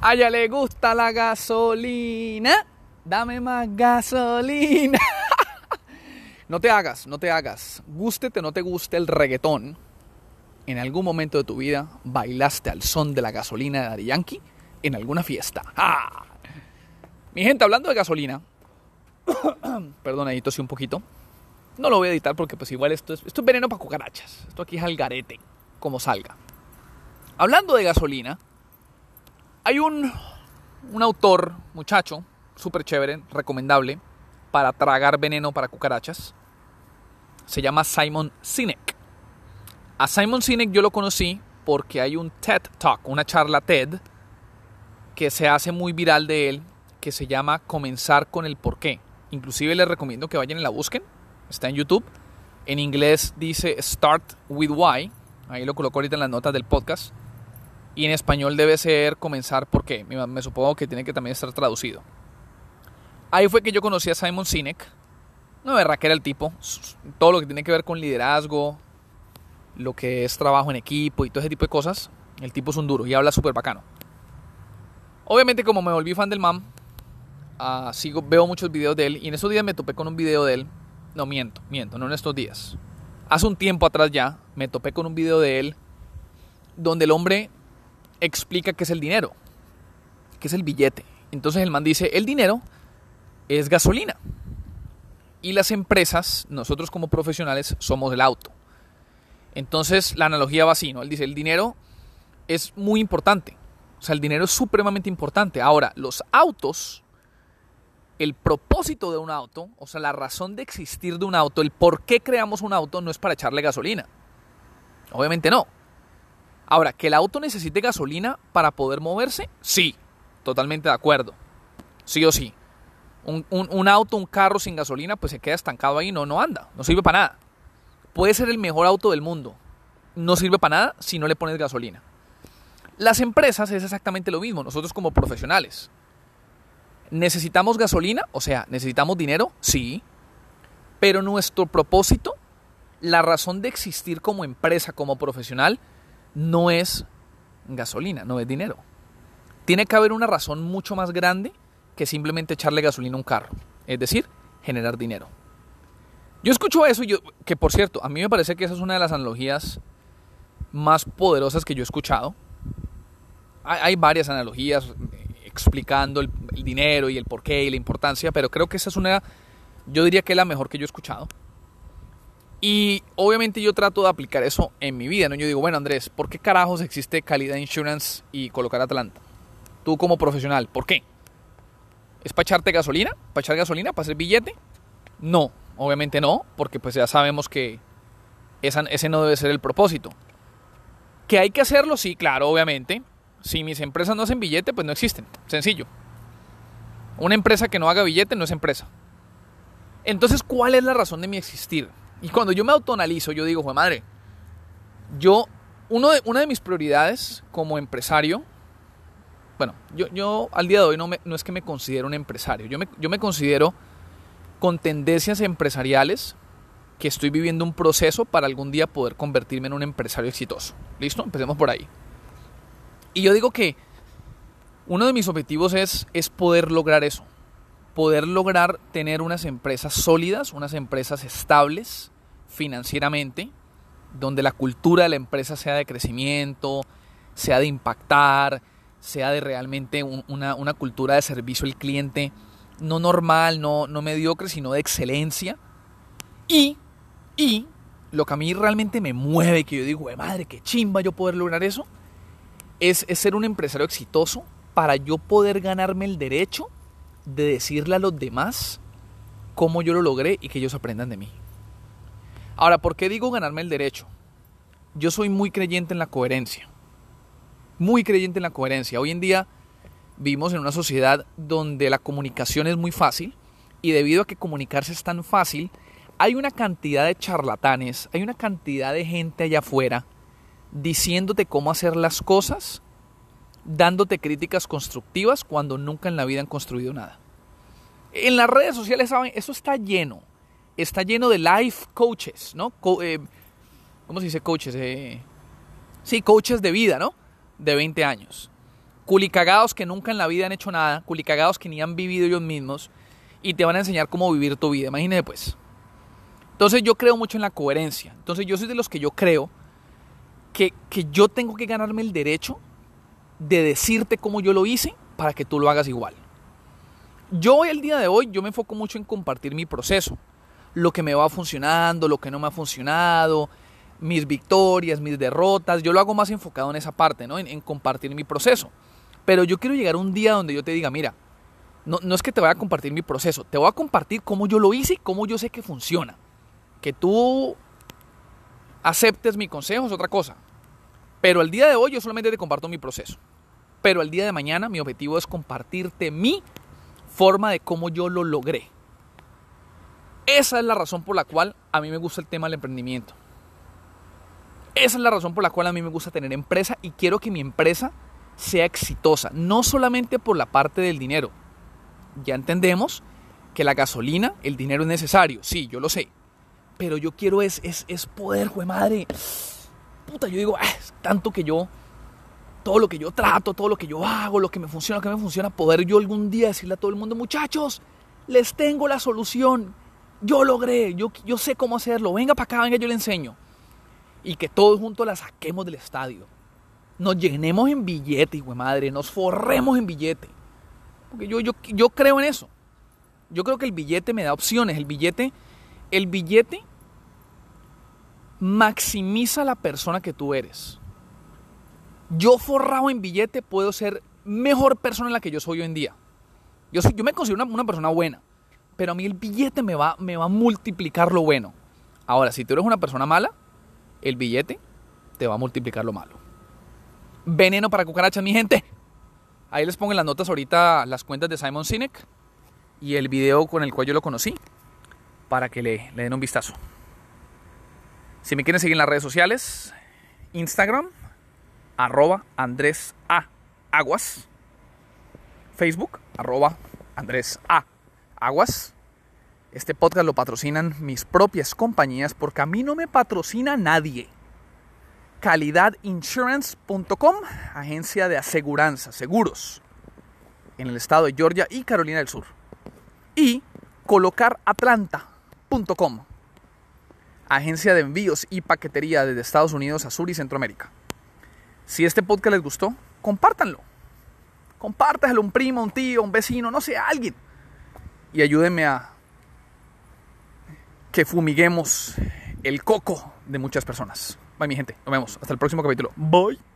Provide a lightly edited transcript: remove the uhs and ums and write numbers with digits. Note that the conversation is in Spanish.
A ella le gusta la gasolina. Dame más gasolina. No te hagas. Gústete o no te guste el reggaetón. En algún momento de tu vida bailaste al son de la gasolina de Daddy Yankee en alguna fiesta. ¡Ah! Mi gente, hablando de gasolina. Perdón, ahí tosí un poquito. No lo voy a editar porque pues igual esto es veneno para cucarachas. Esto aquí es al garete, como salga. Hablando de gasolina, hay un autor, muchacho, súper chévere, recomendable, para tragar veneno para cucarachas. Se llama Simon Sinek. A Simon Sinek yo lo conocí porque hay un TED Talk, una charla TED, que se hace muy viral de él, que se llama Comenzar con el Porqué. Inclusive les recomiendo que vayan y la busquen. Está en YouTube. En inglés dice Start with Why. Ahí lo coloco ahorita en las notas del podcast. Y en español debe ser Comenzar por qué. Me supongo que tiene que también estar traducido. Ahí fue que yo conocí a Simon Sinek. No verá que era el tipo. Todo lo que tiene que ver con liderazgo, lo que es trabajo en equipo y todo ese tipo de cosas. El tipo es un duro y habla súper bacano. Obviamente, como me volví fan del man, veo muchos videos de él. Y en esos días me topé con un video de él. No, miento, no en estos días. Hace un tiempo atrás ya me topé con un video de él donde el hombre explica qué es el dinero, qué es el billete. Entonces el man dice, el dinero es gasolina. Y las empresas, nosotros como profesionales, somos el auto. Entonces la analogía va así, ¿no? Él dice, el dinero es muy importante. O sea, el dinero es supremamente importante. Ahora, los autos, el propósito de un auto, o sea, la razón de existir de un auto, el por qué creamos un auto, no es para echarle gasolina. Obviamente no. Ahora, ¿que el auto necesite gasolina para poder moverse? Sí, totalmente de acuerdo. Sí o sí. Un auto, un carro sin gasolina, pues se queda estancado ahí, no anda, no sirve para nada. Puede ser el mejor auto del mundo, no sirve para nada si no le pones gasolina. Las empresas es exactamente lo mismo, nosotros como profesionales. ¿Necesitamos gasolina? O sea, ¿necesitamos dinero? Sí. Pero nuestro propósito, la razón de existir como empresa, como profesional, no es gasolina, no es dinero. Tiene que haber una razón mucho más grande que simplemente echarle gasolina a un carro. Es decir, generar dinero. Yo escucho eso que por cierto, a mí me parece que esa es una de las analogías más poderosas que yo he escuchado. Hay varias analogías explicando el dinero y el porqué y la importancia, pero creo que esa es yo diría que es la mejor que yo he escuchado. Y obviamente yo trato de aplicar eso en mi vida, ¿no? Yo digo, bueno, Andrés, ¿por qué carajos existe Calidad Insurance y Colocar Atlanta? Tú como profesional, ¿por qué? ¿Es para echarte gasolina? ¿Para echar gasolina? ¿Para hacer billete? No, obviamente no, porque pues ya sabemos que ese no debe ser el propósito. ¿Que hay que hacerlo? Sí, claro, obviamente. Si mis empresas no hacen billete, pues no existen. Sencillo. Una empresa que no haga billete no es empresa. Entonces, ¿cuál es la razón de mi existir? Y cuando yo me autoanalizo, yo digo, joder madre, una de mis prioridades como empresario, bueno, yo al día de hoy no es que me considero un empresario. Yo me considero con tendencias empresariales que estoy viviendo un proceso para algún día poder convertirme en un empresario exitoso. ¿Listo? Empecemos por ahí. Y yo digo que uno de mis objetivos es poder lograr eso. Poder lograr tener unas empresas sólidas, unas empresas estables financieramente, donde la cultura de la empresa sea de crecimiento, sea de impactar, sea de realmente una cultura de servicio al cliente, no normal, no mediocre, sino de excelencia. Y lo que a mí realmente me mueve, que yo digo, madre, qué chimba yo poder lograr eso, es ser un empresario exitoso para yo poder ganarme el derecho de decirle a los demás cómo yo lo logré y que ellos aprendan de mí. Ahora, ¿por qué digo ganarme el derecho? Yo soy muy creyente en la coherencia. Muy creyente en la coherencia. Hoy en día vivimos en una sociedad donde la comunicación es muy fácil y debido a que comunicarse es tan fácil, hay una cantidad de charlatanes, hay una cantidad de gente allá afuera diciéndote cómo hacer las cosas, dándote críticas constructivas cuando nunca en la vida han construido nada. En las redes sociales, ¿saben? Eso está lleno de life coaches, ¿no? ¿Cómo se dice coaches? Sí, coaches de vida, ¿no? De 20 años. culicagados que nunca en la vida han hecho nada, culicagados que ni han vivido ellos mismos y te van a enseñar cómo vivir tu vida. Imagínate pues. Entonces yo creo mucho en la coherencia. Entonces yo soy de los que yo creo que yo tengo que ganarme el derecho de decirte cómo yo lo hice para que tú lo hagas igual. Yo el día de hoy, yo me enfoco mucho en compartir mi proceso. Lo que me va funcionando, lo que no me ha funcionado, mis victorias, mis derrotas. Yo lo hago más enfocado en esa parte, ¿no? En compartir mi proceso. Pero yo quiero llegar a un día donde yo te diga, mira, no es que te vaya a compartir mi proceso, te voy a compartir cómo yo lo hice y cómo yo sé que funciona. Que tú aceptes mi consejo es otra cosa. Pero el día de hoy yo solamente te comparto mi proceso. Pero el día de mañana mi objetivo es compartirte mi forma de cómo yo lo logré. Esa es la razón por la cual a mí me gusta el tema del emprendimiento. Esa es la razón por la cual a mí me gusta tener empresa y quiero que mi empresa sea exitosa. No solamente por la parte del dinero. Ya entendemos que la gasolina, el dinero es necesario. Sí, yo lo sé. Pero yo quiero es poder, jue madre. Puta, yo digo, es tanto que yo, todo lo que yo trato, todo lo que yo hago, lo que me funciona, poder yo algún día decirle a todo el mundo, muchachos, les tengo la solución. Yo logré, yo sé cómo hacerlo. Venga para acá, venga, yo le enseño. Y que todos juntos la saquemos del estadio. Nos llenemos en billete, jue madre, nos forremos en billete. Porque yo creo en eso. Yo creo que el billete me da opciones. El billete maximiza la persona que tú eres. Yo forrado en billete puedo ser mejor persona en la que yo soy hoy en día. Yo me considero una persona buena, pero a mí el billete me va a multiplicar lo bueno. Ahora, si tú eres una persona mala, el billete te va a multiplicar lo malo. Veneno para cucarachas, mi gente. Ahí les pongo en las notas ahorita las cuentas de Simon Sinek y el video con el cual yo lo conocí, para que le den un vistazo. Si me quieren seguir en las redes sociales, Instagram, @Andrés A. Aguas, Facebook, @Andrés A. Aguas. Este podcast lo patrocinan mis propias compañías porque a mí no me patrocina nadie. Calidadinsurance.com, agencia de aseguranza, seguros, en el estado de Georgia y Carolina del Sur. Y colocaratlanta.com, agencia de envíos y paquetería desde Estados Unidos a Sur y Centroamérica. Si este podcast les gustó, compártanlo. Compártaselo a un primo, a un tío, a un vecino, no sé, a alguien. Y ayúdenme a que fumiguemos el coco de muchas personas. Bye, mi gente. Nos vemos. Hasta el próximo capítulo. Bye.